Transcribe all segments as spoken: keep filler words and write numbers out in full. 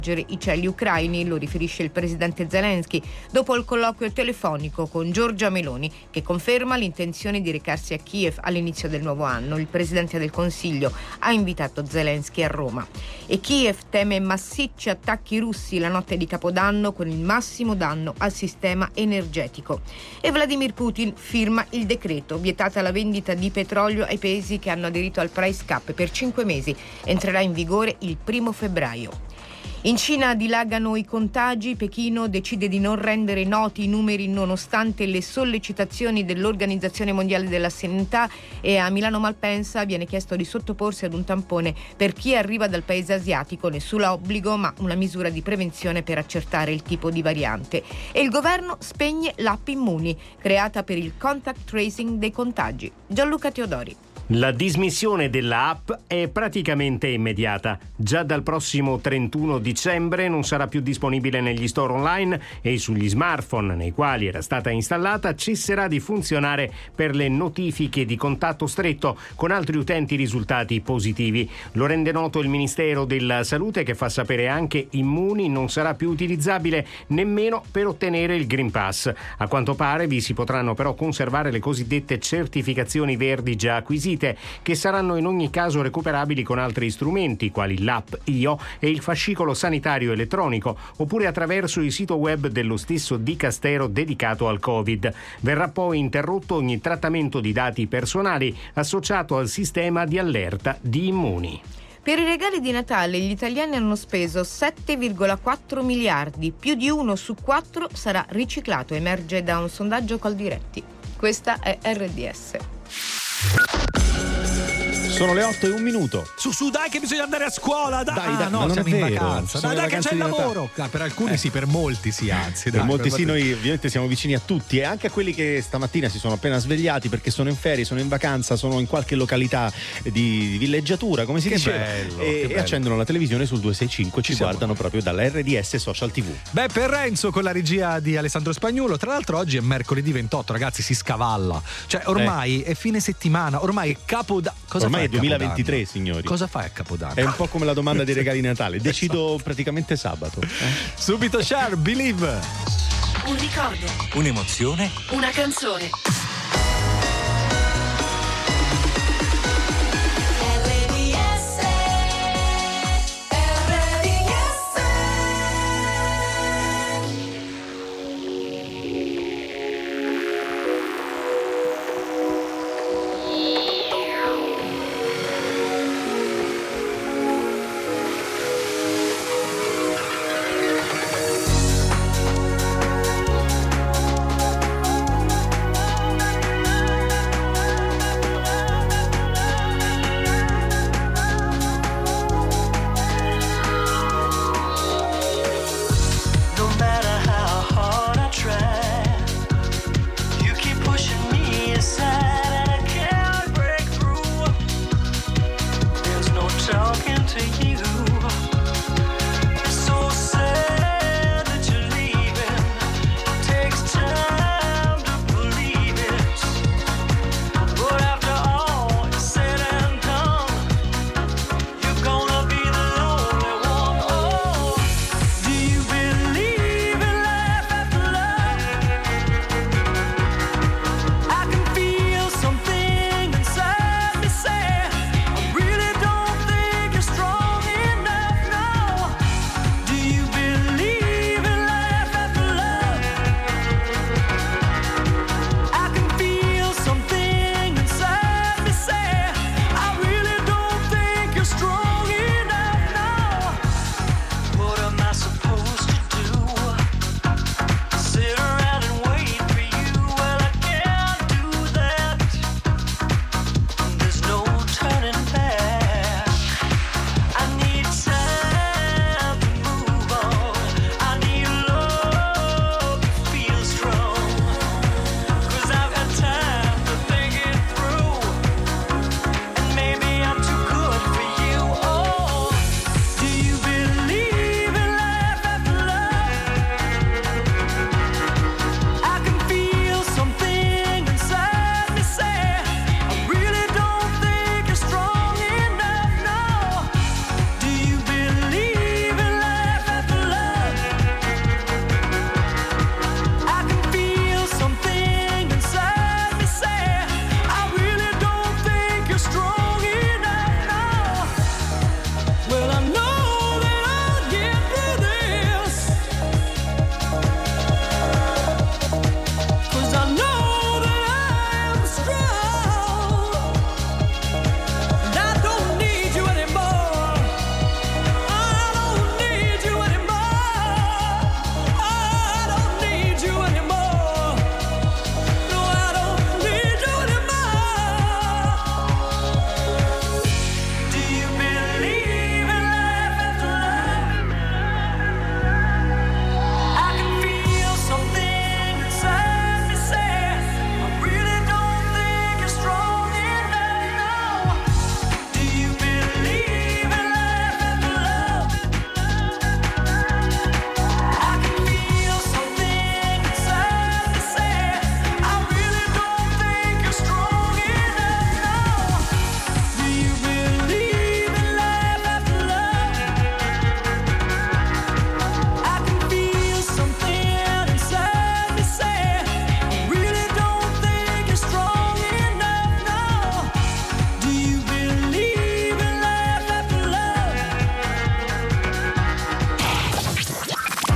i cieli ucraini, lo riferisce il presidente Zelensky dopo il colloquio telefonico con Giorgia Meloni, che conferma l'intenzione di recarsi a Kiev all'inizio del nuovo anno. Il presidente del Consiglio ha invitato Zelensky a Roma. E Kiev teme massicci attacchi russi la notte di Capodanno, con il massimo danno al sistema energetico. E Vladimir Putin firma il decreto, vietata la vendita di petrolio ai paesi che hanno aderito al price cap per cinque mesi. Entrerà in vigore il primo febbraio. In Cina dilagano i contagi. Pechino decide di non rendere noti i numeri nonostante le sollecitazioni dell'Organizzazione Mondiale della Sanità, e a Milano Malpensa viene chiesto di sottoporsi ad un tampone per chi arriva dal paese asiatico. Nessun obbligo, ma una misura di prevenzione per accertare il tipo di variante. E il governo spegne l'app Immuni, creata per il contact tracing dei contagi. Gianluca Teodori. La dismissione della app è praticamente immediata. Già dal prossimo trentuno dicembre non sarà più disponibile negli store online e sugli smartphone nei quali era stata installata cesserà di funzionare per le notifiche di contatto stretto con altri utenti risultati positivi. Lo rende noto il Ministero della Salute, che fa sapere anche Immuni non sarà più utilizzabile nemmeno per ottenere il Green Pass. A quanto pare vi si potranno però conservare le cosiddette certificazioni verdi già acquisite, che saranno in ogni caso recuperabili con altri strumenti quali l'app Io e il fascicolo sanitario elettronico, oppure attraverso il sito web dello stesso Dicastero dedicato al Covid. Verrà poi interrotto ogni trattamento di dati personali associato al sistema di allerta di Immuni. Per i regali di Natale gli italiani hanno speso sette virgola quattro miliardi, più di uno su quattro sarà riciclato, emerge da un sondaggio Coldiretti. Questa è R D S. Sono le otto e un minuto. Su, su, dai, che bisogna andare a scuola. Dai, dai, ah, dai no, non siamo è in vero. vacanza. Sono Dai, dai, che c'è il lavoro. Ah, per alcuni eh. sì, per molti sì, anzi. Per dai, molti per sì, noi ovviamente siamo vicini a tutti, e anche a quelli che stamattina si sono appena svegliati perché sono in ferie, sono in vacanza, sono in qualche località di, di villeggiatura, come si che diceva, bello, e, che e bello. accendono la televisione sul duecentosessantacinque, ci, ci guardano proprio dalla R D S Social T V. Beh, per Renzo con la regia di Alessandro Spagnuolo. Tra l'altro oggi è mercoledì ventotto, ragazzi, si scavalla. Cioè ormai eh. è fine settimana, ormai è Capodanno. Cosa ormai fai è duemilaventitré, signori. Cosa fai a Capodanno? È un po' come la domanda dei regali di Natale, decido praticamente sabato. Eh? Subito Cher, Believe. Un ricordo, un'emozione, una canzone.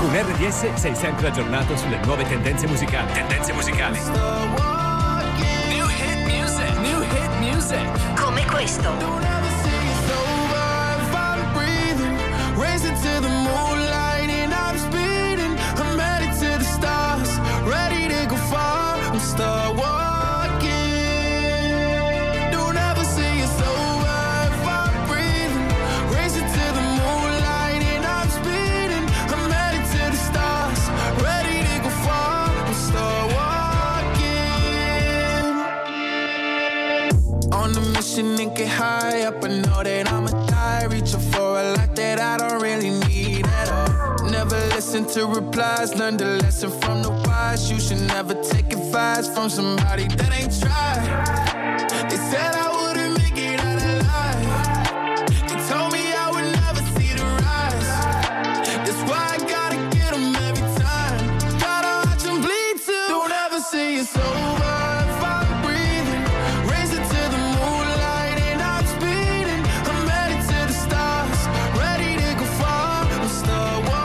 Con R D S sei sempre aggiornato sulle nuove tendenze musicali. Tendenze musicali. New hit music. New hit music. Come questo. Start walking. Don't ever say it's over if I'm breathing. Racing to the moonlight and I'm speeding. I'm headed to the stars, ready to go far. We'll start walking. On a mission and get high up. I know that I'ma die, reaching for a lot that I don't really need at all. Never listen to replies, learn the lesson from the wise. You should never take advice from somebody that ain't tried. They said I wouldn't make it out alive. They told me I would never see the rise. That's why I gotta get them every time. Gotta watch them bleed too. Don't ever say it's over if I'm breathing. Racing to the moonlight and I'm speeding. I'm headed to the stars, ready to go far. We'll start walking.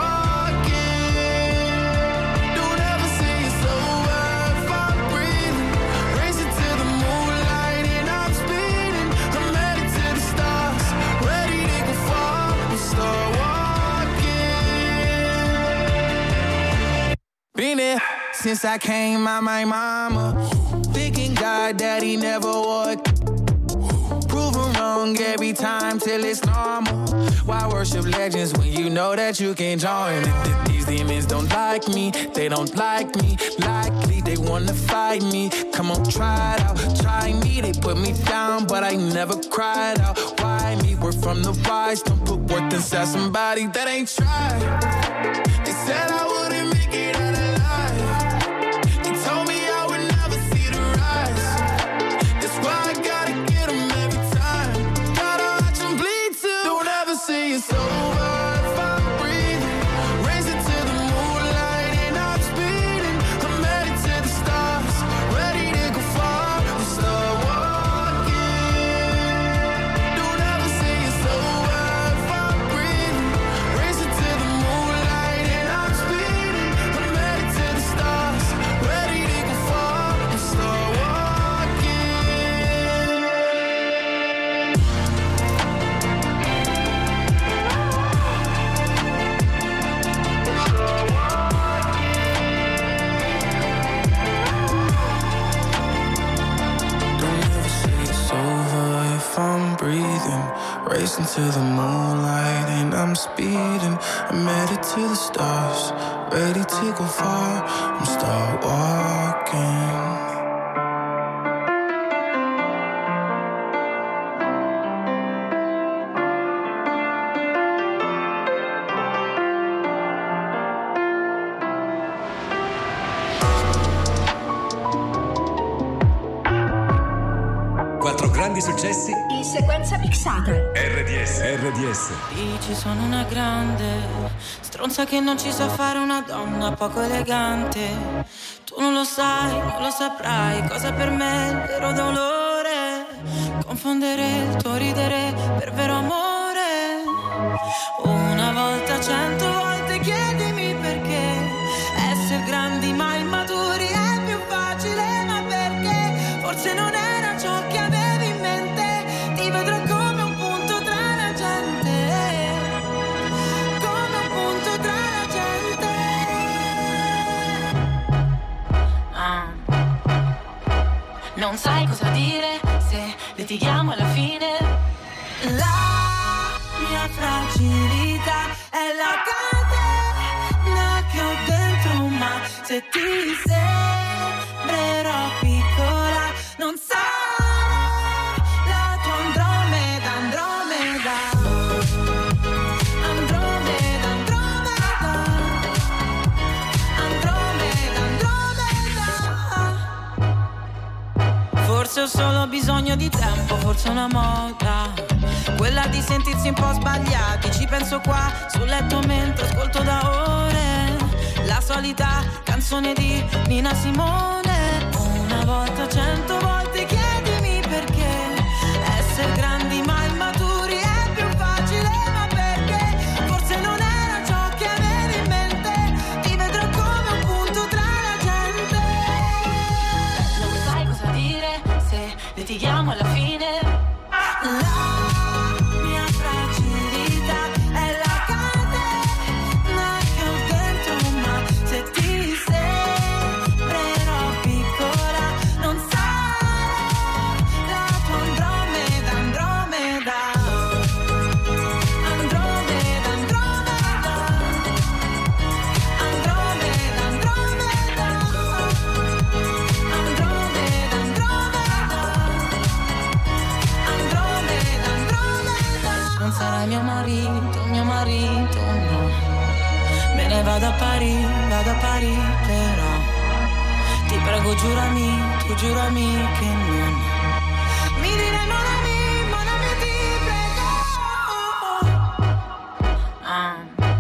Been there since I came out my mama. Thinking God that he never would. Proven wrong every time till it's normal. Why worship legends when you know that you can join? These demons don't like me, they don't like me. Likely they wanna fight me. Come on, try it out, try me. They put me down, but I never cried out. Why me? We're from the wise. Don't put worth inside somebody that ain't tried. They said I wouldn't make it out alive. They told me I would never see the rise. That's why I gotta get them every time. Gotta watch them bleed too. Don't ever say it's over if I'm breathing. Racing to the moonlight and I'm speeding. I'm headed to the stars, ready to go far. We'll start walking. Don't ever say it's over if I'm breathing. Racing to the moonlight and I'm speeding. I'm headed to the stars, ready to go far. We'll start walking. Don't ever say it's over if I'm breathing. Racing to the moonlight and I'm speeding. I'm headed to the stars, ready to go far. I'm start walking. Quattro grandi successi In sequenza mixata. R D S. R D S. Dici sono una grande stronza che non ci sa fare una donna poco elegante. Tu non lo sai, non lo saprai cosa per me è il vero dolore. Confondere il tuo ridere per vero amore. Una volta, cento volte chiedimi perché essere grandi ma immaturi è più facile. Ma perché? Forse non era ciò che avevi in mente. Ti vedrò come un punto tra la gente. Come un punto tra la gente. Ah. Non sai cosa dire se litighiamo alla fine. La mia fragilità è la catena che ho dentro, ma se ti sembrerò piccola non sarò la tua Andromeda, Andromeda. Andromeda, Andromeda. Andromeda, Andromeda. Forse ho solo bisogno di tempo, forse una moda, quella di sentirsi un po' sbagliati. Ci penso qua sul letto mentre ascolto da ore la solita canzone di Nina Simone. Una volta, cento volte chiedimi perché essere grandi ma immaturi è più facile. Ma perché? Forse non era ciò che avevi in mente. vado a Parigi, vado a Parigi, però ti prego giurami, tu giurami che non mi dire non ami, non ami, ti prego. Ah.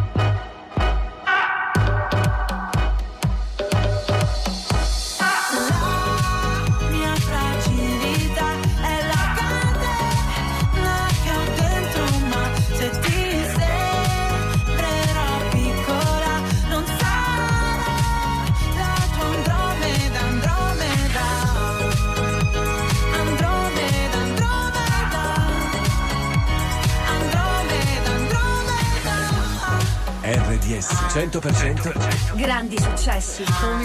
R D S cento per cento grandi successi.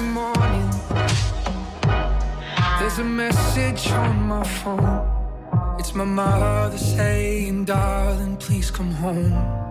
There's a message on my phone. It's my mother saying, darling, please come home.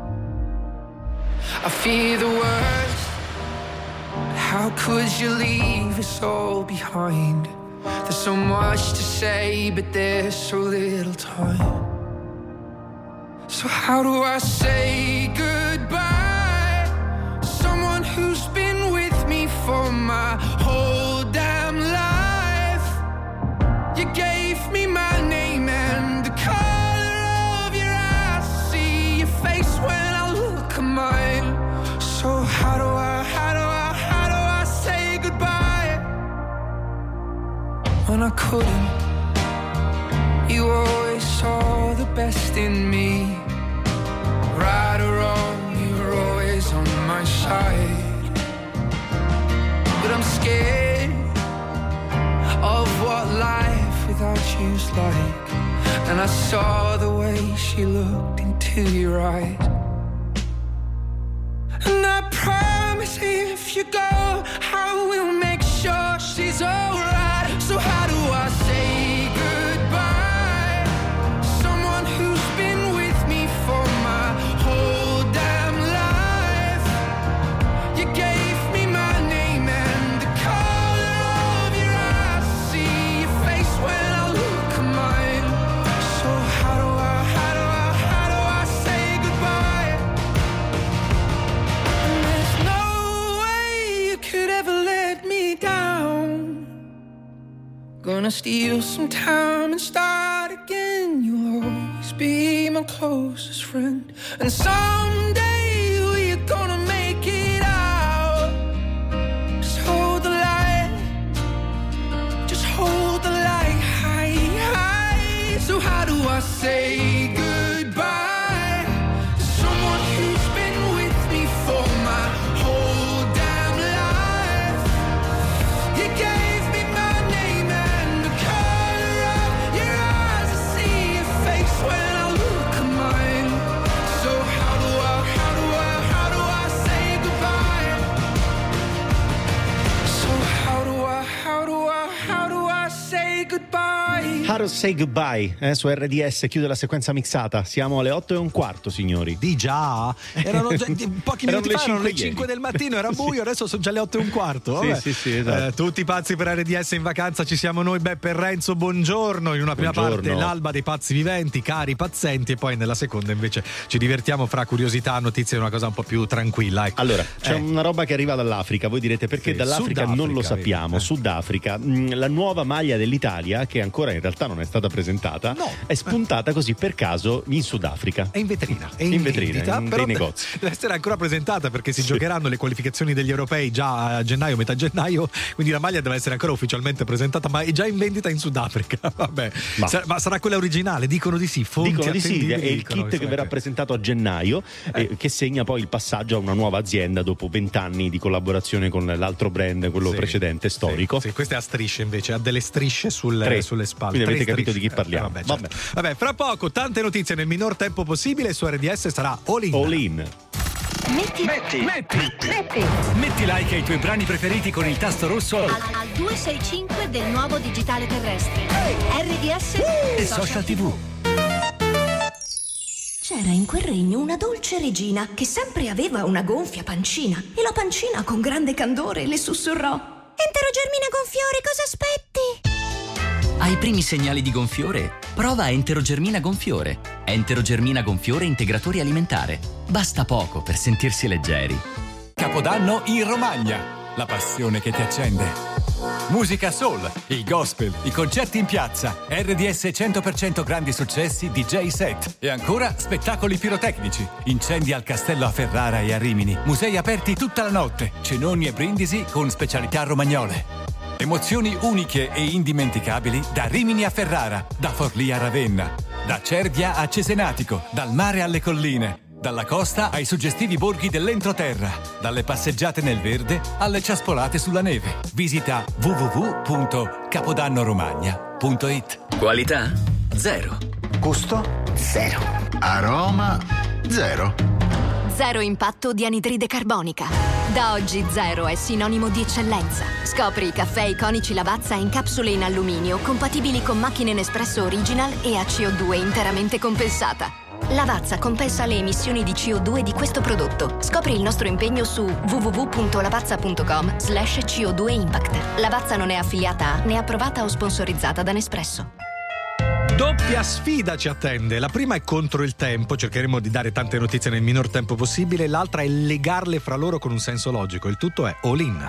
I fear the worst. How could you leave us all behind? There's so much to say, but there's so little time. So how do I say goodbye? Someone who's been with me for my whole damn life. You gave me my name and the color of your eyes. See your face when I look at mine. So how do I, how do I, how do I say goodbye? When I couldn't, you always saw the best in me. Right or wrong, you were always on my side. But I'm scared of what life without you's like. And I saw the way she looked into your eyes. And I promise if you go, I will make sure she's alright. So how do I say goodbye? Someone who's been with me for my whole damn life. You gave me my name and the color of your eyes. See your face when I look at mine. So how do I, how do I, how do I say goodbye? And there's no way you could ever let me down. Gonna steal some time and start again. You'll always be my closest friend. And someday we're gonna make it out. Just hold the light. Just hold the light high, high. So how do I say goodbye to someone who's been with me for my whole damn life? You gave me my name and the color of your eyes. I see your face when I look at mine. So how do I, how do I, how do I say goodbye? So how do I, how do I, how do I say goodbye? How to Say Goodbye eh, su R D S chiude la sequenza mixata. Siamo alle otto e un quarto, signori. Di già? Erano già, pochi Erano minuti le fa, erano le cinque cinque ieri. del mattino, era buio, adesso sono già le otto e un quarto. Sì, Vabbè. sì, sì, esatto. Eh, tutti pazzi per R D S in vacanza, ci siamo noi, Beppe e Renzo, buongiorno. In una prima Buongiorno. parte l'alba dei pazzi viventi, cari pazienti, e poi nella seconda invece ci divertiamo fra curiosità, notizie e una cosa un po' più tranquilla. Ecco. Allora, c'è Eh. una roba che arriva dall'Africa. Voi direte perché Sì, dall'Africa Sudafrica, non lo sappiamo. vedi, eh. Sudafrica, mh, la nuova maglia dell'Italia, che ancora in realtà non è stata presentata, No. è spuntata così per caso in Sudafrica. È in vetrina, è in, In vetrina, vendita, in però dei negozi. deve essere ancora presentata perché si giocheranno le qualificazioni degli europei già a gennaio, metà gennaio, quindi la maglia deve essere ancora ufficialmente presentata, ma è già in vendita in Sudafrica. Vabbè, Ma- Sarà, ma sarà quella originale? Dicono di sì. Fonti Dicono di sì, attendibili è il dicono kit che verrà presentato a gennaio, eh, che segna poi il passaggio a una nuova azienda dopo vent'anni di collaborazione con l'altro brand, quello Sì, precedente, storico. Sì, sì, questa è a strisce invece, ha delle strisce sulle, Tre. sulle spalle. Quindi avete Tre capito di chi strisce. parliamo. Eh, vabbè, certo. Vabbè, fra poco tante notizie nel minor tempo possibile. Su R D S sarà All In. All in. Metti, Metti, metti, metti metti like ai tuoi brani preferiti con il tasto rosso al, al duecentosessantacinque del nuovo digitale terrestre. R D S e Social tivù. C'era in quel regno una dolce regina che sempre aveva una gonfia pancina, e la pancina con grande candore le sussurrò: Entero Germina Gonfiore, cosa aspetti? Ai primi segnali di gonfiore, prova Enterogermina Gonfiore. Enterogermina Gonfiore Integratore Alimentare. Basta poco per sentirsi leggeri. Capodanno in Romagna. La passione che ti accende. Musica soul, il gospel, i concerti in piazza, R D S cento per cento grandi successi, D J set e ancora spettacoli pirotecnici, incendi al castello a Ferrara e a Rimini, musei aperti tutta la notte, cenoni e brindisi con specialità romagnole. Emozioni uniche e indimenticabili da Rimini a Ferrara, da Forlì a Ravenna, da Cervia a Cesenatico, dal mare alle colline. Dalla costa ai suggestivi borghi dell'entroterra, dalle passeggiate nel verde alle ciaspolate sulla neve. Visita w w w punto capodannoromagna punto it. Qualità? Zero. Gusto? Zero. Aroma? Zero. Zero impatto di anidride carbonica. Da oggi Zero è sinonimo di eccellenza. Scopri i caffè iconici Lavazza in capsule in alluminio compatibili con macchine Nespresso Original e a C O due interamente compensata. Lavazza compensa le emissioni di C O due di questo prodotto. Scopri il nostro impegno su w w w punto lavazza punto com slash C O due impact. Lavazza non è affiliata a né approvata o sponsorizzata da Nespresso. Doppia sfida ci attende. La prima è contro il tempo, cercheremo di dare tante notizie nel minor tempo possibile. L'altra è legarle fra loro con un senso logico. Il tutto è all in.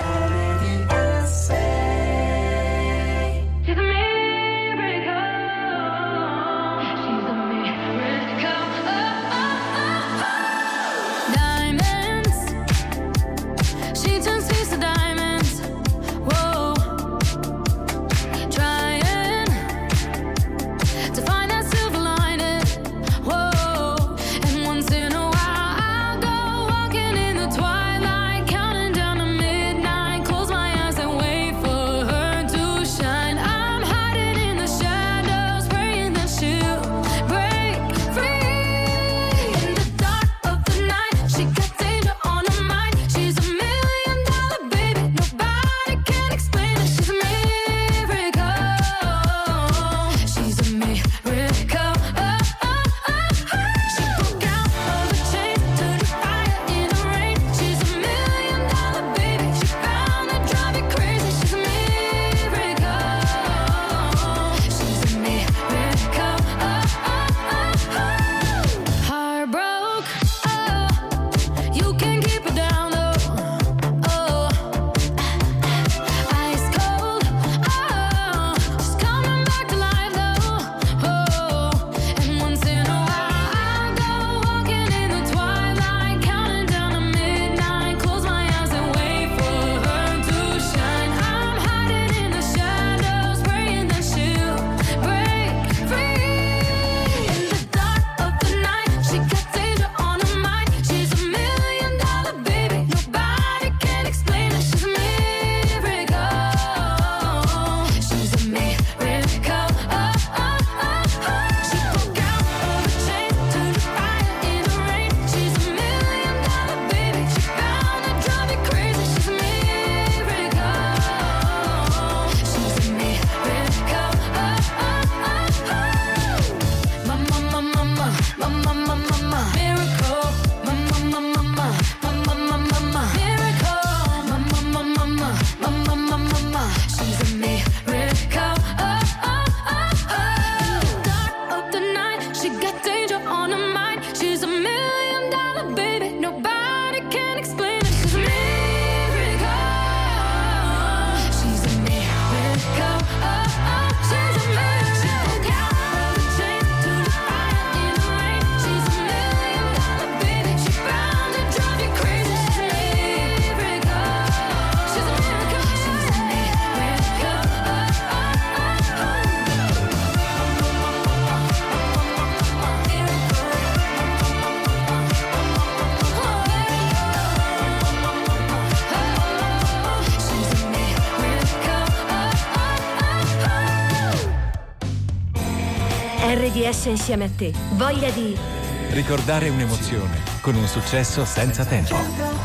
R D S insieme a te. Voglia di ricordare un'emozione con un successo senza tempo.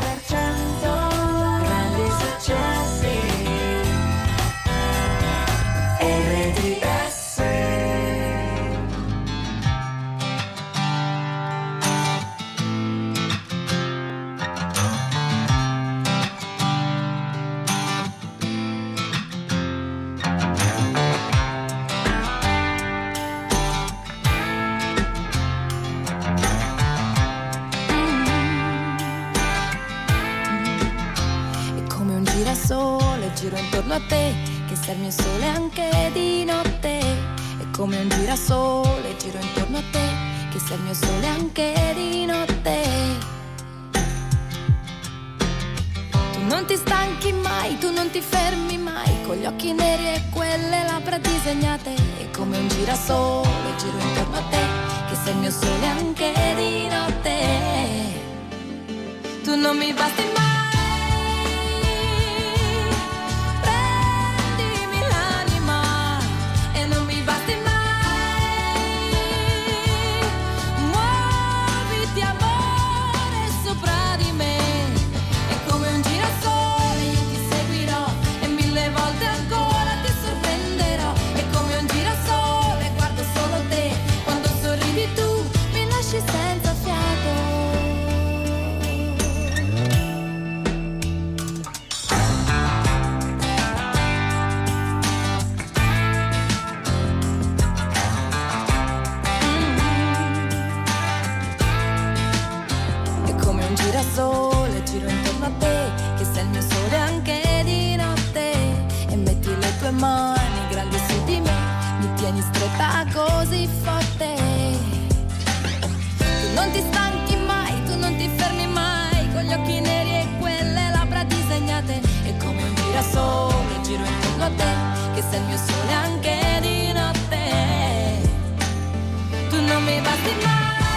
Grandi successi. R D S. girasole, giro intorno a te, che sei il mio sole anche di notte. È come un girasole, giro intorno a te, che sei il mio sole anche di notte. Tu non ti stanchi mai, tu non ti fermi mai, con gli occhi neri e quelle labbra disegnate. È come un girasole, giro intorno a te, che sei il mio sole anche di notte. Tu non mi basti mai. Senza fiato. girasole, giro intorno a te, che sei il mio sole anche di notte. E metti le tue mani grandi su di me, mi tieni stretta così forte. Tu non ti stanchi mai, tu non ti fermi mai, con gli occhi neri e quelle labbra disegnate. E come un girasole, giro intorno a te, che sei il mio sole anche di notte. Tu non mi basti mai.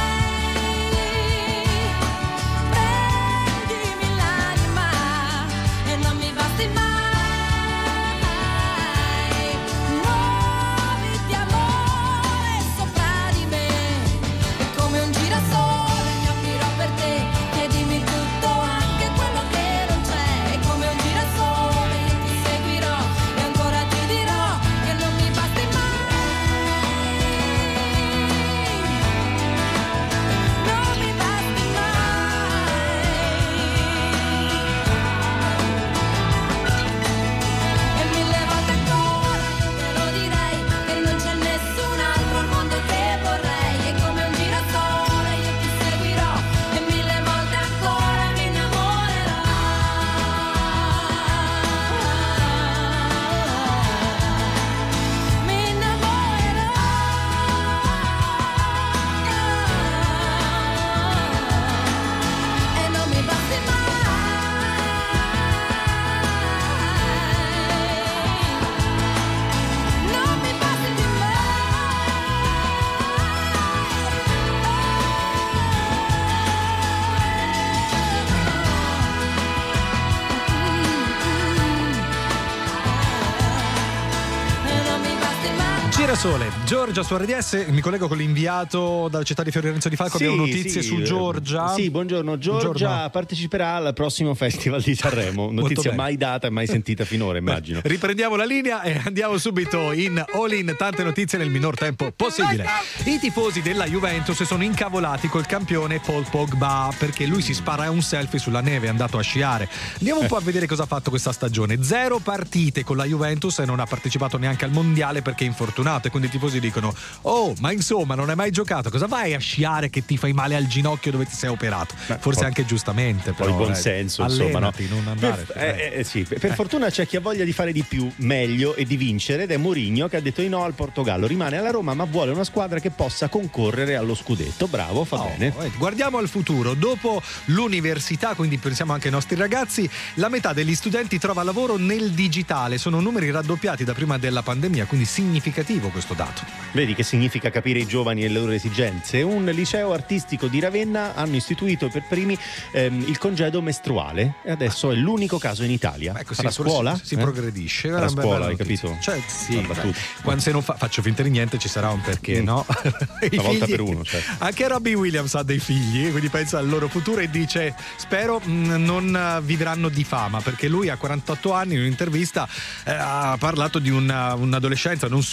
Sole. Giorgia su R D S, mi collego con l'inviato dalla città di Fiorenzo di Falco. Sì, abbiamo notizie sì, su Giorgia. Sì, buongiorno. Giorgia buongiorno. parteciperà al prossimo Festival di Sanremo. Notizia mai data e mai sentita finora, immagino. Beh, riprendiamo la linea e andiamo subito in all in, tante notizie nel minor tempo possibile. I tifosi della Juventus sono incavolati col campione Paul Pogba perché lui si spara un selfie sulla neve, è andato a sciare. Andiamo un po' a vedere cosa ha fatto questa stagione. Zero partite con la Juventus e non ha partecipato neanche al mondiale perché è infortunato. E quindi i tifosi dicono: oh, ma insomma non hai mai giocato, cosa vai a sciare che ti fai male al ginocchio dove ti sei operato? Beh, forse poi, anche giustamente, però poi buon senso, insomma, no? Non andare, per, eh, eh, sì, per, per eh. fortuna c'è chi ha voglia di fare di più, meglio e di vincere, ed è Mourinho che ha detto di no al Portogallo, rimane alla Roma ma vuole una squadra che possa concorrere allo scudetto. Bravo, fa oh, bene. Eh, guardiamo al futuro. Dopo l'università, quindi pensiamo anche ai nostri ragazzi, la metà degli studenti trova lavoro nel digitale, sono numeri raddoppiati da prima della pandemia, quindi significativo questo dato. Vedi che significa capire i giovani e le loro esigenze. Un liceo artistico di Ravenna hanno istituito per primi ehm, il congedo mestruale e adesso è l'unico caso in Italia. Ecco, sì, la scuola si eh? progredisce. La scuola, hai capito? Cioè, sì, quando se non fa, faccio finta di niente ci sarà un perché, mm. no? Una volta per uno, cioè. Anche Robbie Williams ha dei figli, quindi pensa al loro futuro e dice: spero mh, non vivranno di fama, perché lui a quarantotto anni in un'intervista eh, ha parlato di una, un'adolescenza, non solo di una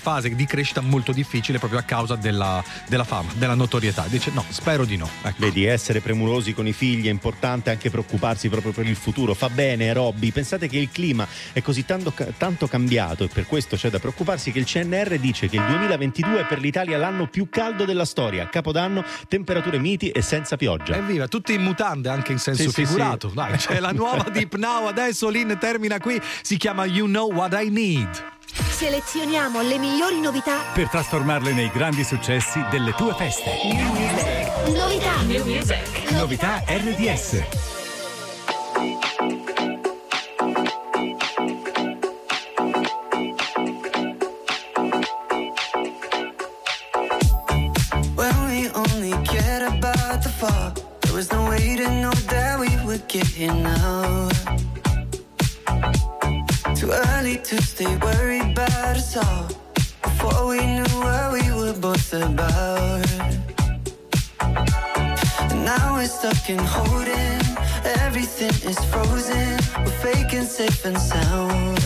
fase di crescita molto difficile proprio a causa della, della fama, della notorietà. Dice no, spero di no. Ecco. Vedi, essere premurosi con i figli è importante, anche preoccuparsi proprio per il futuro. Fa bene, Robby. Pensate che il clima è così tanto, tanto cambiato e per questo c'è da preoccuparsi che il C N R dice che il duemilaventidue è per l'Italia l'anno più caldo della storia. Capodanno, temperature miti e senza pioggia. Evviva, tutti in mutande anche in senso Sì, sì, figurato. sì. Dai, c'è la nuova Deep Now adesso, Lynn termina qui, si chiama You Know What I Need. Selezioniamo le migliori novità per trasformarle nei grandi successi delle tue feste. New Music. Novità. New Music. Novità R D S. When we only cared about the fall, there was no way to know that we would get here now. Too early to stay worried about us all, before we knew what we were both about. And now we're stuck in holding, everything is frozen, we're faking safe and sound.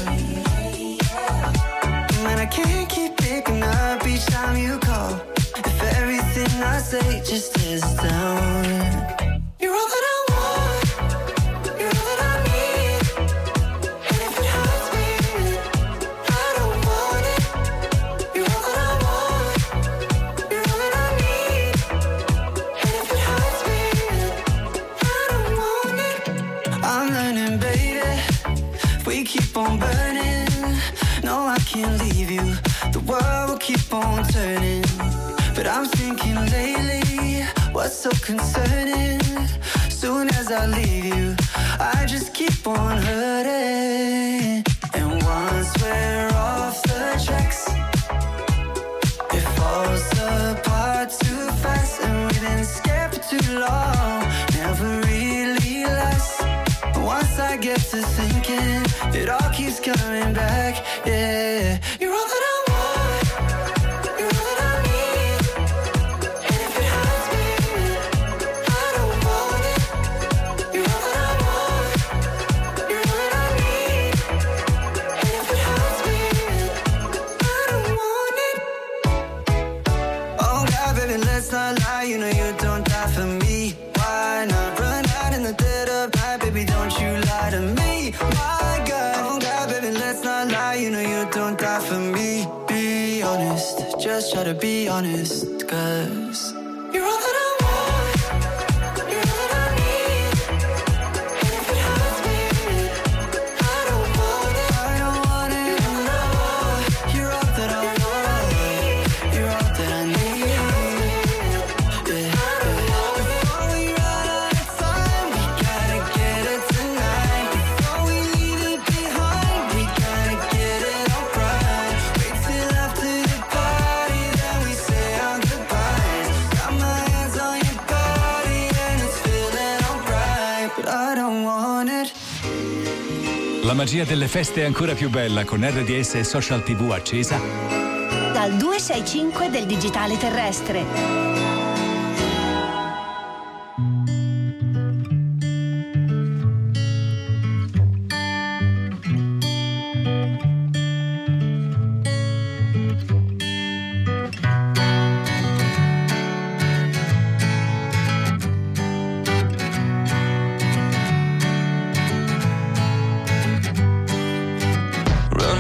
Man, I can't keep picking up each time you call, if everything I say just is down. You're all that I want, you're all that I need, and if it hurts me, I don't want it. You're all that I want, you're all that I need, and if it hurts me, I don't want it. I'm learning, baby, if we keep on burning, no, I can't leave you, the world will keep on turning. But I'm thinking lately, what's so concerning? Soon as I leave you, I just keep on hurting. And once we're off the tracks, it falls apart too fast. And we've been scared for too long, never really lasts. Once I get to thinking, it all keeps coming back, yeah. You're all that I you know you don't die for me. Why not run out in the dead of night, baby, don't you lie to me. My God, oh God, baby, let's not lie. You know you don't die for me. Be honest, just try to be honest, cause you're all that I want, you're all that I need, and if it hurts me, I don't want it. I don't want it. You're all that I want, you're all that I want, you're all that I need. La magia delle feste è ancora più bella con R D S e Social ti vu accesa. Dal duecentosessantacinque del digitale terrestre.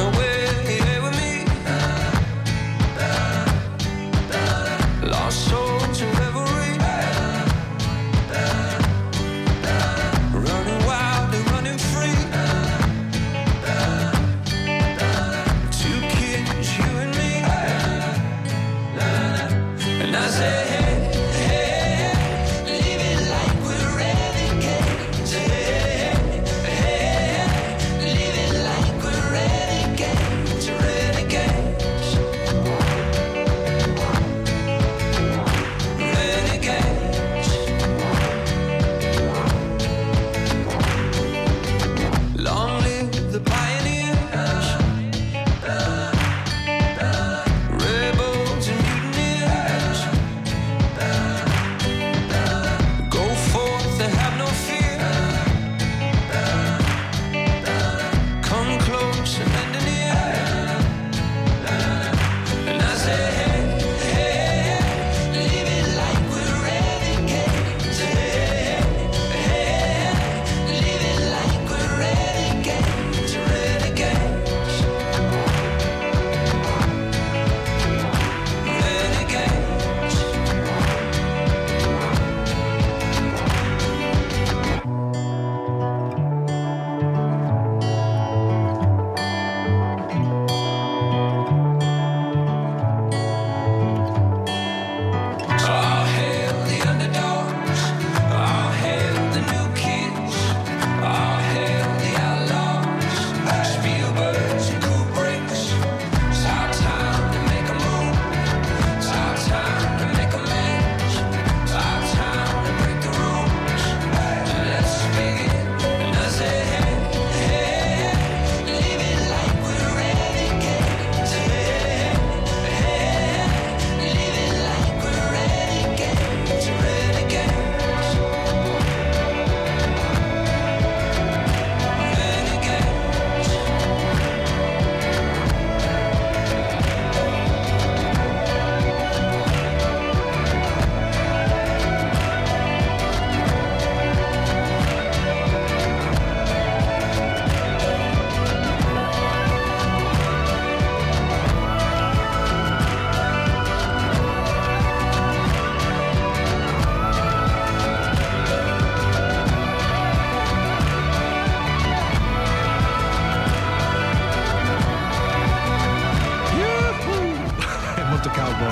So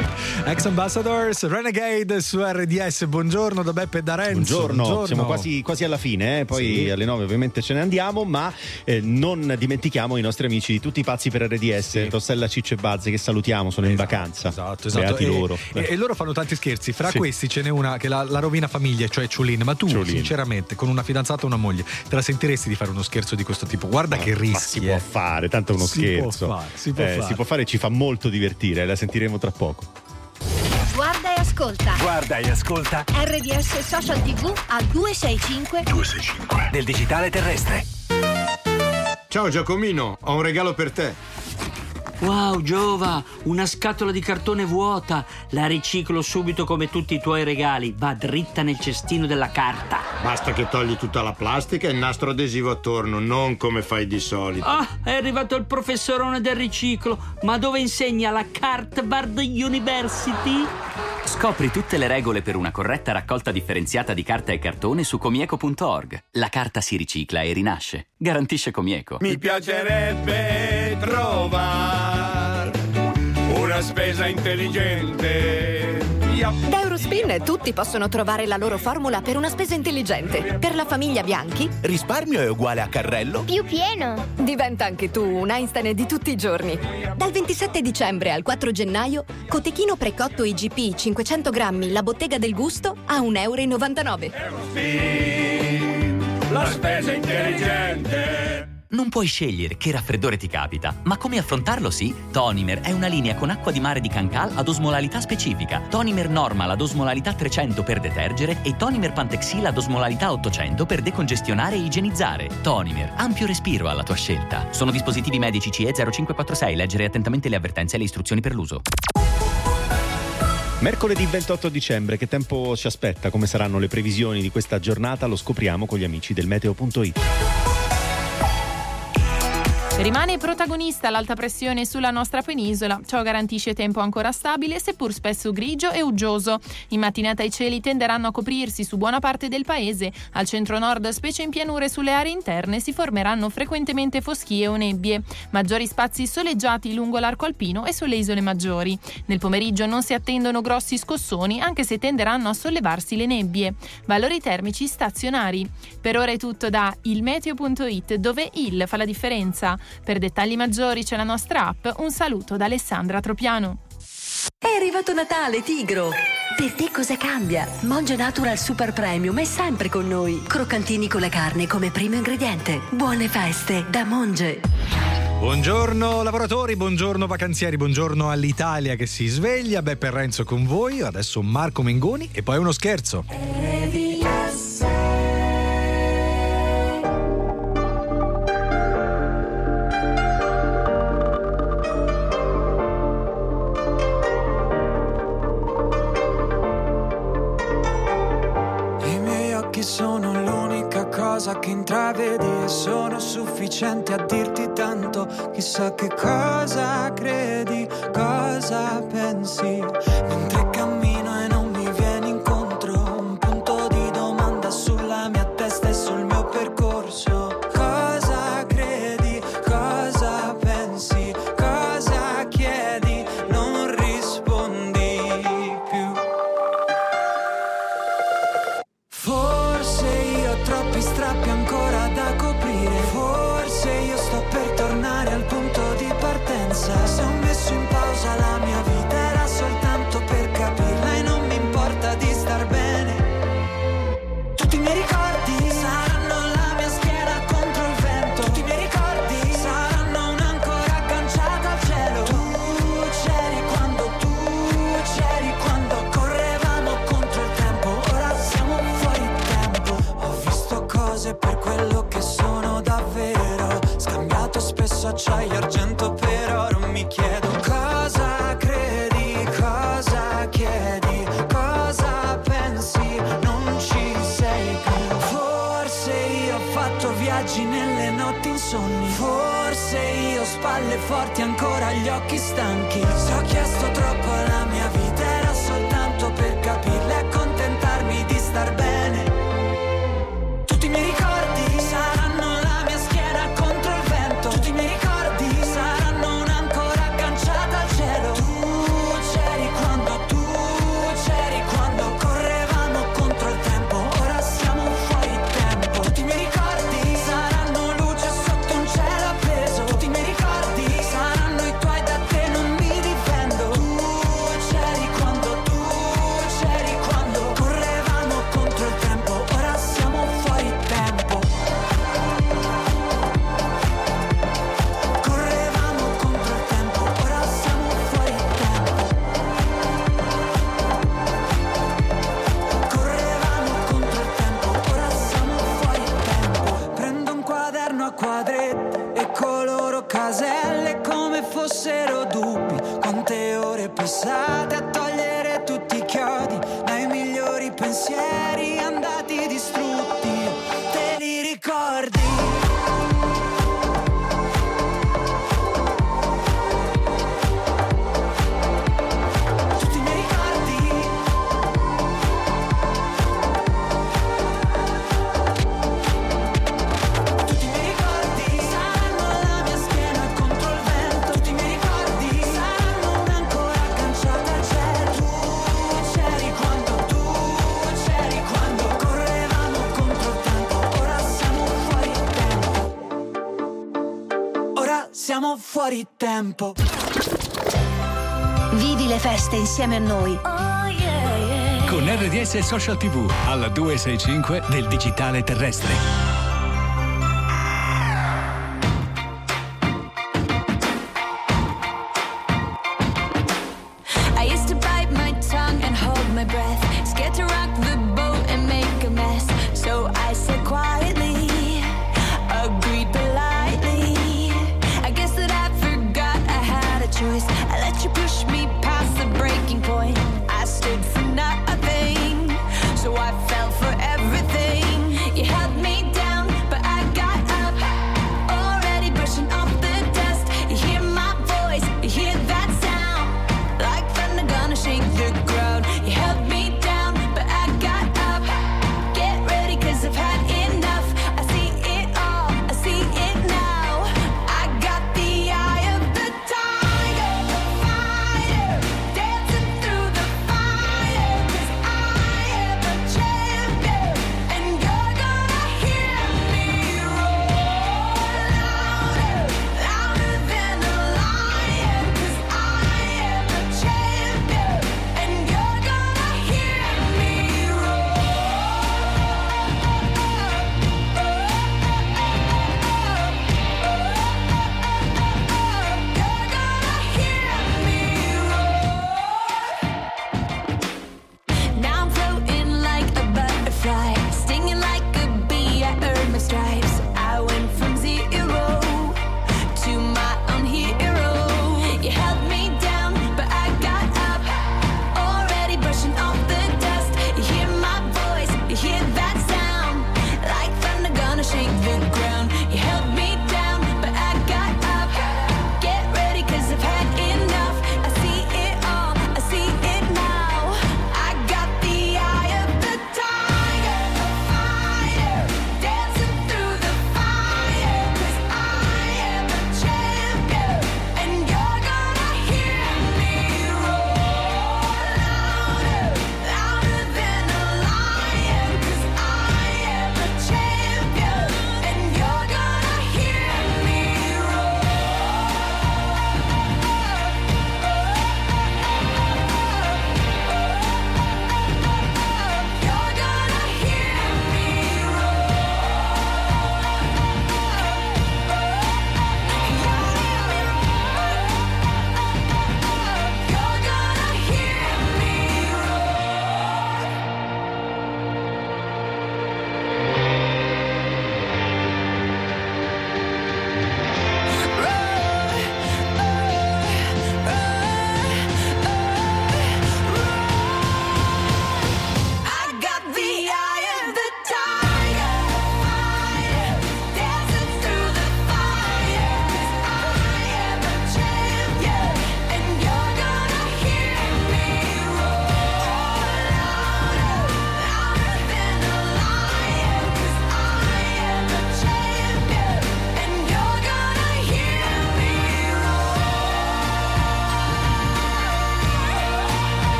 Ex Ambassadors, Renegade su R D S. Buongiorno da Beppe e da Renzo. Buongiorno, Buongiorno. siamo quasi, quasi alla fine, eh? Poi sì. Alle nove ovviamente ce ne andiamo, ma eh, non dimentichiamo i nostri amici di Tutti i Pazzi per R D S, sì. Rossella, Ciccio e Bazze, che salutiamo, sono esatto, in vacanza. Esatto, esatto. E loro. E, e loro fanno tanti scherzi. Fra sì. questi ce n'è una che la, la rovina famiglia, cioè Ciulin. Ma tu, Ciulin. sinceramente, con una fidanzata o una moglie, te la sentiresti di fare uno scherzo di questo tipo? Guarda ma, che rischi. Ma si eh. può fare, tanto è uno si scherzo. Può fare, si può eh, fare. Si può fare, ci fa molto divertire, la sentiremo tra poco. Guarda e ascolta. Guarda e ascolta. R D S Social T V al duecentosessantacinque duecentosessantacinque del digitale terrestre. Ciao Giacomino, ho un regalo per te. Wow, Giova, una scatola di cartone vuota. La riciclo subito come tutti i tuoi regali. Va dritta nel cestino della carta. Basta che togli tutta la plastica e il nastro adesivo attorno, non come fai di solito. Ah, è arrivato il professorone del riciclo. Ma dove insegna la Cartbard University? Scopri tutte le regole per una corretta raccolta differenziata di carta e cartone su comieco punto org. La carta si ricicla e rinasce. Garantisce Comieco. Mi piacerebbe trovare una spesa intelligente. Da Eurospin tutti possono trovare la loro formula per una spesa intelligente. Per la famiglia Bianchi, risparmio è uguale a carrello più pieno. Diventa anche tu un Einstein di tutti i giorni. Dal ventisette dicembre al quattro gennaio, cotechino precotto I G P cinquecento grammi, la bottega del gusto a un euro e novantanove. Eurospin, la spesa intelligente. Non puoi scegliere che raffreddore ti capita, ma come affrontarlo sì? Tonimer è una linea con acqua di mare di Cancal ad osmolarità specifica. Tonimer Normal ad osmolarità trecento per detergere e Tonimer Pantexil ad osmolarità ottocento per decongestionare e igienizzare. Tonimer, ampio respiro alla tua scelta. Sono dispositivi medici C E zero cinque quattro sei. Leggere attentamente le avvertenze e le istruzioni per l'uso. Mercoledì ventotto dicembre, che tempo ci aspetta? Come saranno le previsioni di questa giornata? Lo scopriamo con gli amici del meteo punto it. Rimane protagonista l'alta pressione sulla nostra penisola. Ciò garantisce tempo ancora stabile, seppur spesso grigio e uggioso. In mattinata i cieli tenderanno a coprirsi su buona parte del paese. Al centro-nord, specie in pianure sulle aree interne, si formeranno frequentemente foschie o nebbie. Maggiori spazi soleggiati lungo l'arco alpino e sulle isole maggiori. Nel pomeriggio non si attendono grossi scossoni, anche se tenderanno a sollevarsi le nebbie. Valori termici stazionari. Per ora è tutto da il meteo punto it, dove il fa la differenza. Per dettagli maggiori c'è la nostra app. Un saluto da Alessandra Tropiano. È arrivato Natale, Tigro! Per te cosa cambia? Monge Natural Super Premium è sempre con noi. Croccantini con la carne come primo ingrediente. Buone feste da Monge! Buongiorno lavoratori, buongiorno vacanzieri, buongiorno all'Italia che si sveglia. Beppe e Renzo con voi, adesso Marco Mengoni e poi uno scherzo. Sono l'unica cosa che intravedi e sono sufficiente a dirti tanto. Chissà che cosa credi, cosa pensi. Mentre cammino e non mi vieni incontro, un punto di domanda sulla mia testa e sul mio percorso. Cosa credi, cosa pensi, cosa chiedi, non rispondi più. Forse io ho troppi strappi ancora da coprire. Forse io sto per tornare al punto di partenza. Se ho messo in pausa la mia vita era soltanto per capirla e non mi importa di star bene. Tutti i miei ricordi saranno la mia schiena contro il vento. Tutti i miei ricordi saranno un'ancora agganciata al cielo. Tu c'eri quando, tu c'eri quando correvamo contro il tempo. Ora siamo fuori tempo. Ho visto cose per quello che sono davvero. Scambiato spesso acciaio e argento per oro. Mi chiedo cosa credi, cosa chiedi, cosa pensi, non ci sei più. Forse io ho fatto viaggi nelle notti insonni. Forse io ho spalle forti ancora gli occhi stanchi. Se ho chiesto troppo alla mia vita era soltanto per capirla e accontentarmi di star bene. Tutti i miei ricordi saranno la mia schiena contro il vento. Tutti i miei ricordi saranno un'ancora agganciata al cielo. Tu c'eri quando a quadretti e coloro caselle come fossero dubbi. Quante ore passate a togliere tutti i chiodi dai migliori pensieri andati distrutti. Te li ricordi? Siamo fuori tempo. Vivi le feste insieme a noi. Con R D S Social T V alla duecentosessantacinque del digitale terrestre.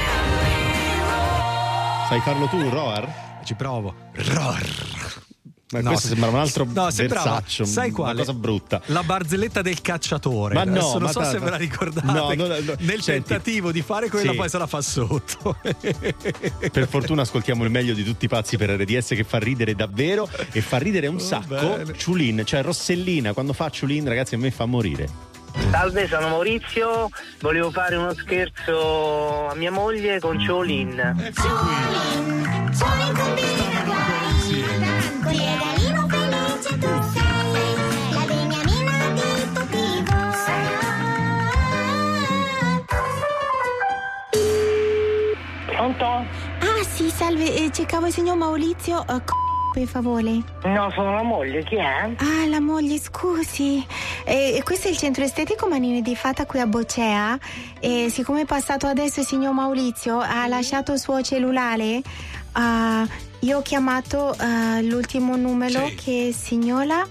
Sai farlo tu, Roar? Ci provo. Roar. Ma No, questo sembra un altro no, sembrava, versaccio, sai una quale? cosa brutta. La barzelletta del cacciatore. Ma no, Adesso non ma so ta- se ve la ricordate. no, no, no, nel senti. tentativo di fare quella, Sì. poi se la fa sotto. Per fortuna ascoltiamo il meglio di tutti i pazzi per R D S, che fa ridere davvero e fa ridere un sacco. bene. Ciulin, cioè Rossellina, quando fa Ciulin, ragazzi, a me fa morire. Salve, sono Maurizio, volevo fare uno scherzo a mia moglie con Ciolin. Regalino felice tu sei, la beniamina di tutti voi. Pronto? Ah sì, salve, eh, cercavo il signor Maurizio, eh, c- per favore. No, sono la moglie, chi è? Ah, la moglie, scusi. Eh, questo è il centro estetico Manini di Fata qui a Boccea. E siccome è passato adesso il signor Maurizio, ha lasciato il suo cellulare. ah, io ho chiamato ah, l'ultimo numero Sì. che è signora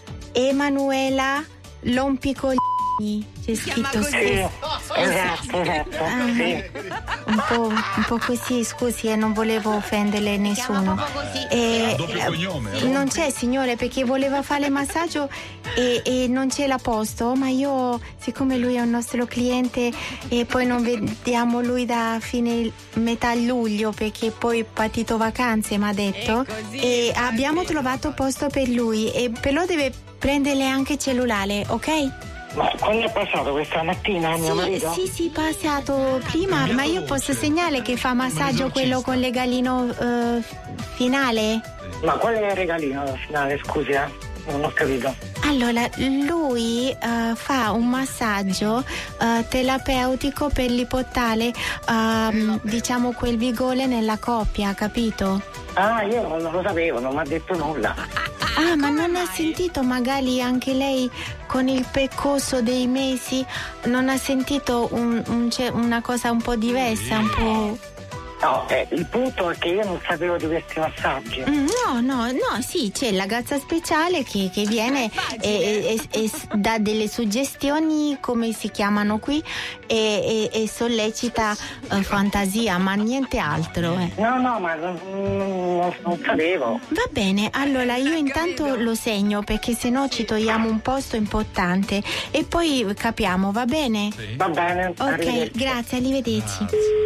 Emanuela Lompicoglini. C'è scritto Sì, esatto, esatto. Ah, Sì. un, po', un po' così, scusi, e non volevo offendere nessuno. E, Doppio cognome, eh, non c'è, signore, perché voleva fare massaggio e, e non c'è la posto, ma io, siccome lui è un nostro cliente e poi non vediamo lui da fine metà luglio perché poi è partito vacanze, mi ha detto, e abbiamo trovato posto per lui, e però deve prenderle anche cellulare, ok? Ma quando è passato questa mattina mio Sì, marito? sì, sì, passato prima, ma io posso segnare che fa massaggio quello con legalino eh, finale? Ma qual è il regalino alla finale, scusi, eh? Non ho capito. Allora, lui eh, fa un massaggio eh, terapeutico per l'ipottale, ehm, diciamo quel vigore nella coppia, capito? Ah, io non lo sapevo, non mi ha detto nulla. Ah, ma non ha sentito magari anche lei con il percorso dei mesi? Non ha sentito un- un- c'è una cosa un po' diversa, un po'... No, eh, il punto è che io non sapevo di questi massaggi. Mm, No, no, no, sì, c'è la gazza speciale che, che viene e, e- e s- dà delle suggestioni, come si chiamano qui, e, e- e sollecita eh, fantasia, ma niente altro. eh. No, no, ma non, non- non sapevo. Va bene, allora io intanto lo segno perché sennò ci togliamo un posto importante e poi capiamo, va bene? Va bene, Ok, arrivederci. grazie, arrivederci.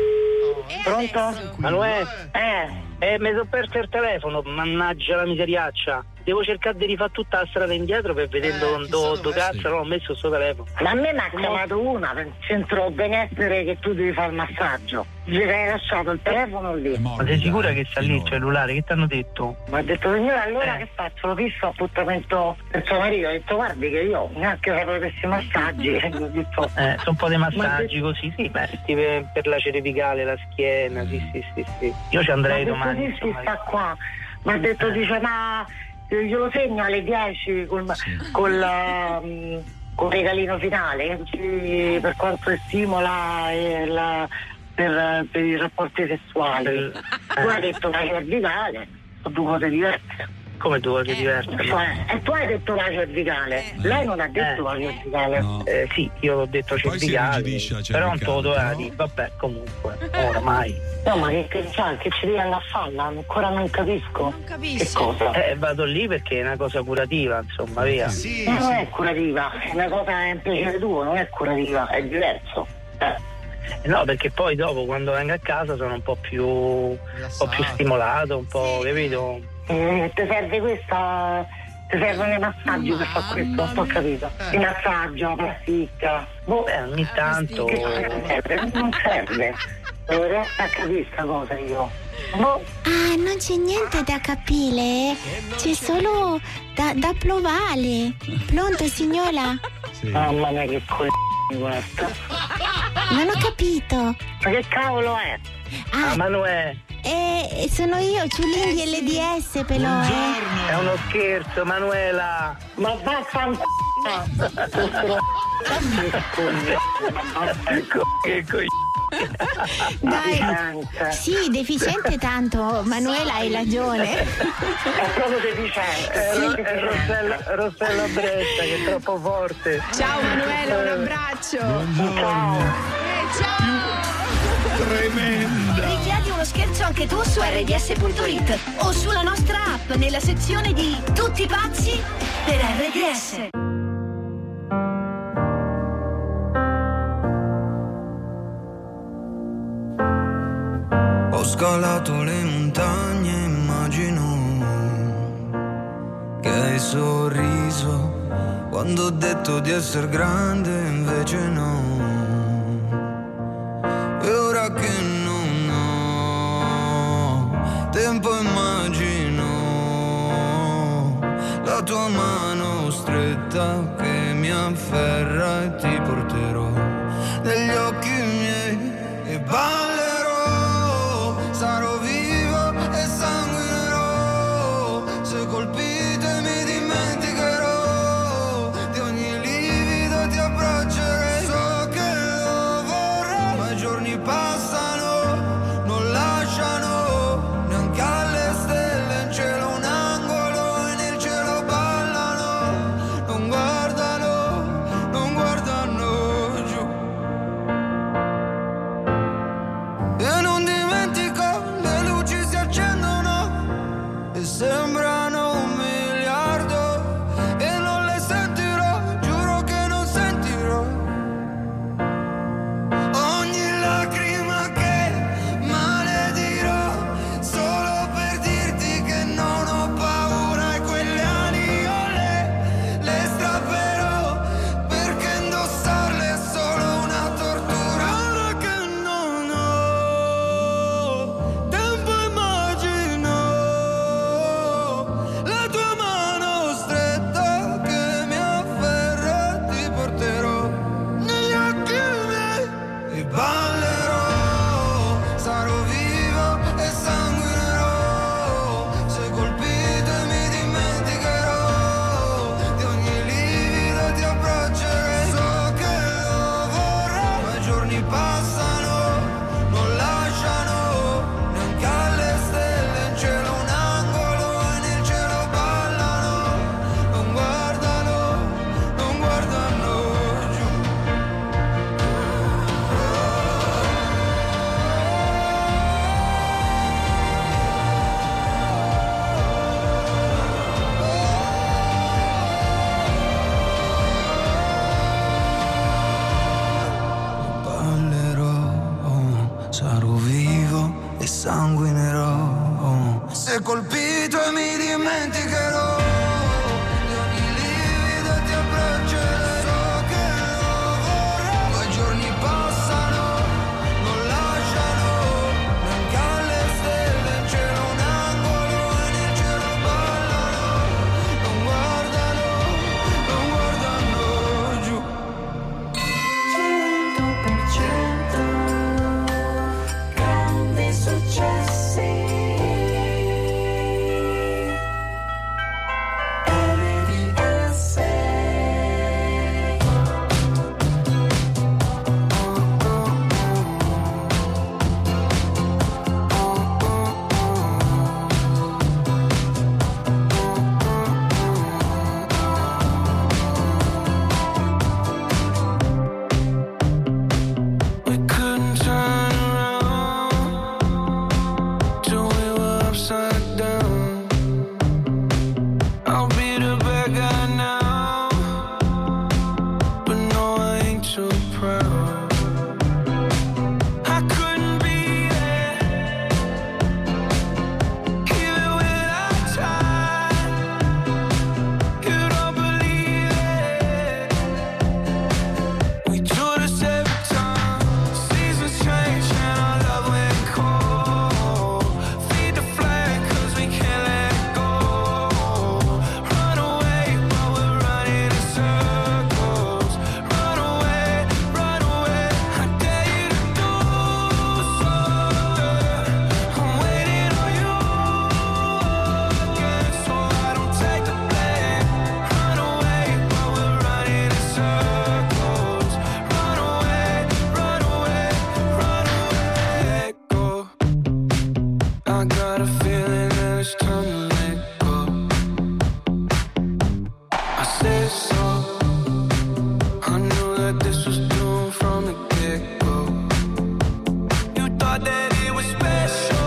Pronto? Manuele? Eh, eh, mi sono perso il telefono, mannaggia la miseriaccia. Devo cercare di rifare tutta la strada indietro per vedere dove do, do cazzo non ho messo il suo telefono. Ma a me mi ha chiamato una per il centro benessere che tu devi fare il massaggio. Gli hai lasciato il telefono lì. Ma sei sicura che sta lì il cellulare? Che ti hanno detto? Mi ha detto, signora, allora che faccio? Lo fisso appuntamento per suo marito. Ho detto, guardi che io neanche sapevo questi massaggi. E gli ho detto, eh, sono un po' dei massaggi così, sì, beh, per, per la cervicale, la schiena, sì, sì, sì, sì. Io ci andrei domani. Sì, sì, sta qua. Mi ha detto, dice, ma io lo segno alle dieci col, col, um, col regalino finale sì, per quanto stimola e la, per, per i rapporti sessuali. Tu hai detto la cervicale, sono due cose diverse. Come due cose diverse? Cioè, e tu hai detto la cervicale, lei non ha detto la cervicale. Eh, sì, io l'ho detto cervicale, però non te lo doveva dire, vabbè, comunque, oramai. No, ma che, che, cioè, che ci devi andare a farla? Ancora non capisco. Non capisco. Che cosa? Eh, vado lì perché è una cosa curativa, insomma, via. Sì, ma non è curativa, è una cosa è un piacere tuo, non è curativa, è diverso. Eh. No, perché poi dopo quando vengo a casa sono un po' più un po' più stimolato, un po', capito? Eh, ti serve questa. Ti servono i massaggi per fare questo, non ho capito. Il massaggio, la pasticca. Boh, eh, ogni tanto. Non serve, non serve. Devo riesco a capire questa cosa io. Boh. Ah, non c'è niente da capire, c'è solo da, da provare. Pronto, signora? Mamma mia, che c***o questo. Non ho capito. Ma che cavolo è? Ah, Manuele. Eh, sono io, Ciulin di L D S però, eh. È uno scherzo, Manuela. Ma vaffanculo. Che coglione. Dai, sì, deficiente tanto, Manuela hai ragione. È proprio deficiente. È, Ro- è Rossella, Rossella Bretta che è troppo forte. Ciao Manuela, un abbraccio. Ciao. Eh, ciao. Tremenda. Richiedi un uno scherzo anche tu su erre di esse punto it o sulla nostra app nella sezione di Tutti pazzi per erre di esse. Ho scalato le montagne, immagino che hai sorriso quando ho detto di essere grande, invece no. E ora che non ho tempo, immagino la tua mano stretta che mi afferra e ti porterò negli occhi miei e ballerò, sarò vivo e sanguinerò, se colpito e mi dimenticherò di ogni livido ti abbraccerei, so che lo vorrei, ma i giorni passano, non lasciano neanche alle stelle in cielo un angolo e nel cielo ballano, non guardano, non guardano giù. E non dimentico, le luci si accendono e sembrano un miliardo e non le sentirò, giuro che non sentirò ogni lacrima che maledirò, solo per dirti che non ho paura e quelle ali io le, le strapperò, perché indossarle è solo una tortura. Ora che non ho tempo, immagino la tua mano stretta che mi afferra e ti porterò negli occhi miei e ballerò, sarò vivo e sanguinerò, se colpito e mi dimenticherò di ogni livido ti abbraccerei, so che lo vorrei, ma i giorni passano, non lasciano neanche alle stelle in cielo un angolo e nel cielo ballano, non guardano, non guardano giù. Ballerò, sarò vivo e sanguinerò, se colpito e mi dimenticherò di ogni livido ti abbraccerei, so che lo vorrei, ma i giorni passano, non lasciano neanche alle stelle in cielo un angolo e nel cielo ballano, non guardano, non guardano giù. cento per cento grandi successi. erre di esse. We couldn't turn around till we were upside down. I'll be the bad guy now, but no, I ain't too proud. I couldn't be there, even when I tried. You don't believe it. We do this every time. Seasons change and our love went cold. Feed the flag 'cause we can't let go. Run away while we're running in circles. Run away, run away. I dare you to do so, girl. I'm waiting on you again, so I don't take the blame. Run away while we're running in circles. Run away, run away, run away. Let go. I got a feeling that it's time to let go. I said so. I knew that this was doomed from the get-go. You thought that it was special.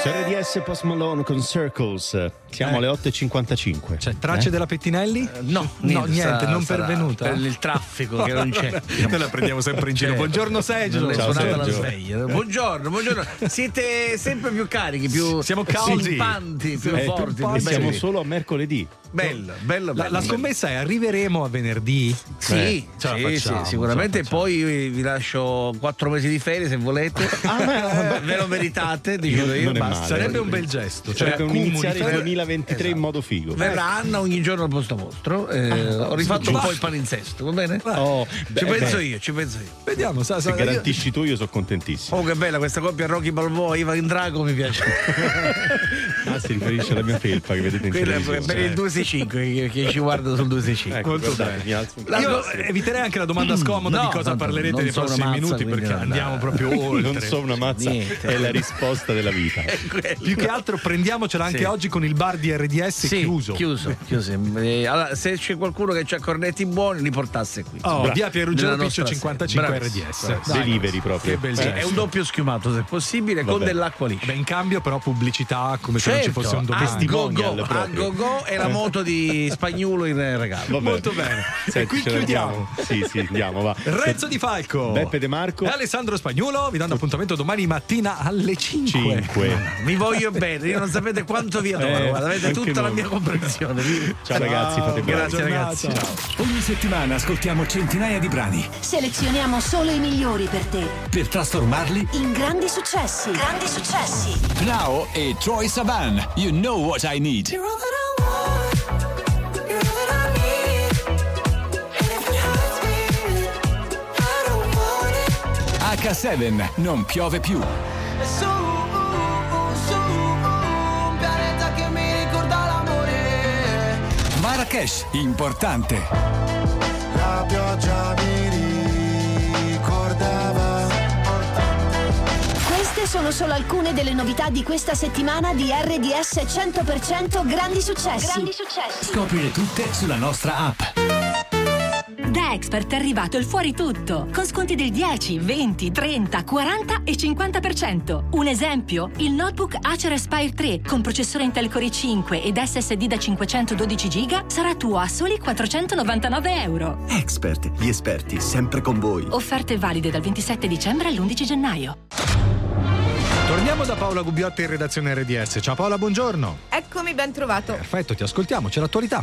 Su R D S Post Malone con Circles. Siamo Eh. alle otto e cinquantacinque. C'è tracce Eh? della Pettinelli? Uh, no, no, niente, sarà- non sarà pervenuta. per il traffico che non c'è. Noi la prendiamo sempre in giro. Certo. Buongiorno Sergio. Non le Ciao, suonate la Sergio. sveglia. Buongiorno, buongiorno. Siete sempre più carichi, più Siamo caldi. simpanti, più Eh, forti. e più siamo belli. solo a mercoledì. Bello, bello, bello. La, la scommessa è: arriveremo a venerdì? Sì, Eh, ce la sì, facciamo, sì, sicuramente. ce la facciamo. Poi vi vi lascio quattro mesi di ferie se volete. Ah, Eh, ve lo meritate, dicevo Non- io. non è basta. male. Sarebbe un bel gesto. Cioè, Sarebbe un accumuli iniziare il ferie- duemilaventitré in modo figo. Verrà Anna ogni giorno al posto vostro. Eh, ho rifatto un po' il palinsesto, va bene? Oh, ci beh, penso beh. io, ci penso io. Vediamo, sa, Se sa, io- garantisci tu, io sono contentissimo. Oh, che bella questa coppia Rocky Balboa, Ivan Drago, mi piace. Ah, si riferisce alla mia felpa che vedete in Quella è televisione. per il duecentosessantacinque che, che ci guarda sul duecentosessantacinque. Ecco, Molto guardate, bene. mi alzo un po'. La- Io eviterei anche la domanda scomoda No, di cosa tanto parlerete non nei sono prossimi una mazza, minuti, quindi perché non- andiamo proprio oltre. Non so una mazza, Niente. è la risposta della vita. Più che altro prendiamocela anche Sì. oggi con il bar di R D S Sì, chiuso. chiuso, chiuso. Eh, allora, se c'è qualcuno che ha cornetti buoni, li portasse qui. Oh, Bravo. via Pierruggero Nella Piccio nostra cinquantacinque sede. R D S. Bravissimo. Dai. Delivery proprio. Che bel Sì, gesto. è un doppio schiumato se possibile, con Vabbè. dell'acqua liscia. Beh, in cambio però pubblicità come se non ci fosse un a domani. go go, Testimonial a proprio. go go e la moto di Spagnuolo in regalo. Vabbè. Molto bene. Senti, E qui ce la chiudiamo. diamo? Sì, sì, andiamo, va. Renzo Di Falco, Beppe De Marco e Alessandro Spagnuolo vi danno appuntamento domani mattina alle cinque. cinque. Vi voglio bene, io non sapete quanto vi adoro, Eh, guarda, avete anche tutta la noi. mia comprensione. Ciao ragazzi, fate bene. Grazie ragazzi. Ogni settimana ascoltiamo centinaia di brani Selezioniamo solo i migliori per te. per trasformarli. In grandi successi. Grandi successi. Now e Troy Sivan, You Know What I Need. You're all that I want. You're all that I need. And if it hurts me, I don't want it. acca sette, Non piove più. E su, su, un pianeta che mi ricorda l'amore. Marrakesh, Importante. La pioggia mi ricordava. Queste sono solo alcune delle novità di questa settimana di R D S cento per cento Grandi Successi. Grandi successi. Scoprire tutte sulla nostra app. Da Expert è arrivato il fuori tutto, con sconti del dieci, venti, trenta, quaranta e cinquanta per cento. Un esempio, il notebook Acer Aspire tre con processore Intel Core i cinque ed S S D da cinquecentododici giga sarà tuo a soli quattrocentonovantanove euro. Expert, gli esperti sempre con voi. Offerte valide dal ventisette dicembre all'undici gennaio. Torniamo da Paola Gubbiotta in redazione R D S. Ciao Paola, buongiorno. Eccomi, ben trovato. Perfetto, ti ascoltiamo, c'è l'attualità.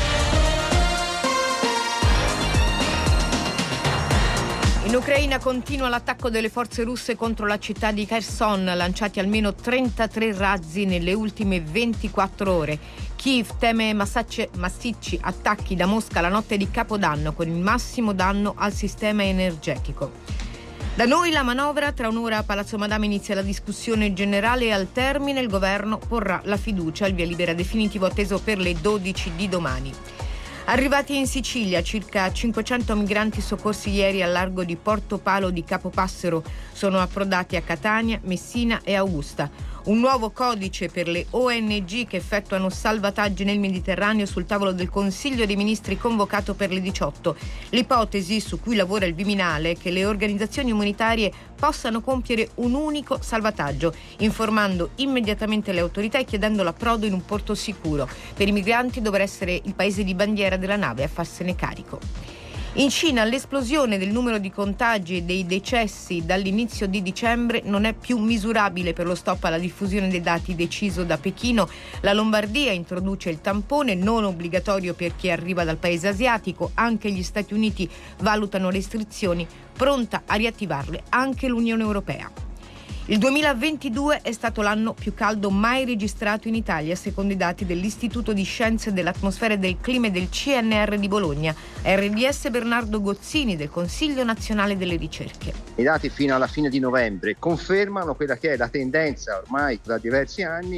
In Ucraina continua l'attacco delle forze russe contro la città di Kherson, lanciati almeno trentatré razzi nelle ultime ventiquattro ore. Kiev teme massacci- massicci attacchi da Mosca la notte di Capodanno, con il massimo danno al sistema energetico. Da noi la manovra, tra un'ora a Palazzo Madama inizia la discussione generale e al termine il governo porrà la fiducia, il via libera definitivo atteso per le dodici di domani. Arrivati in Sicilia, circa cinquecento migranti soccorsi ieri al largo di Porto Palo di Capopassero sono approdati a Catania, Messina e Augusta. Un nuovo codice per le O N G che effettuano salvataggi nel Mediterraneo sul tavolo del Consiglio dei Ministri convocato per le diciotto. L'ipotesi su cui lavora il Viminale è che le organizzazioni umanitarie possano compiere un unico salvataggio, informando immediatamente le autorità e chiedendo l'approdo in un porto sicuro. Per i migranti dovrà essere il paese di bandiera della nave a farsene carico. In Cina l'esplosione del numero di contagi e dei decessi dall'inizio di dicembre non è più misurabile per lo stop alla diffusione dei dati deciso da Pechino. La Lombardia introduce il tampone non obbligatorio per chi arriva dal paese asiatico, anche gli Stati Uniti valutano restrizioni, pronta a riattivarle anche l'Unione Europea. Il duemilaventidue è stato l'anno più caldo mai registrato in Italia, secondo i dati dell'Istituto di Scienze dell'Atmosfera e del Clima e del C N R di Bologna. R D S Bernardo Gozzini del Consiglio Nazionale delle Ricerche. I dati fino alla fine di novembre confermano quella che è la tendenza ormai da diversi anni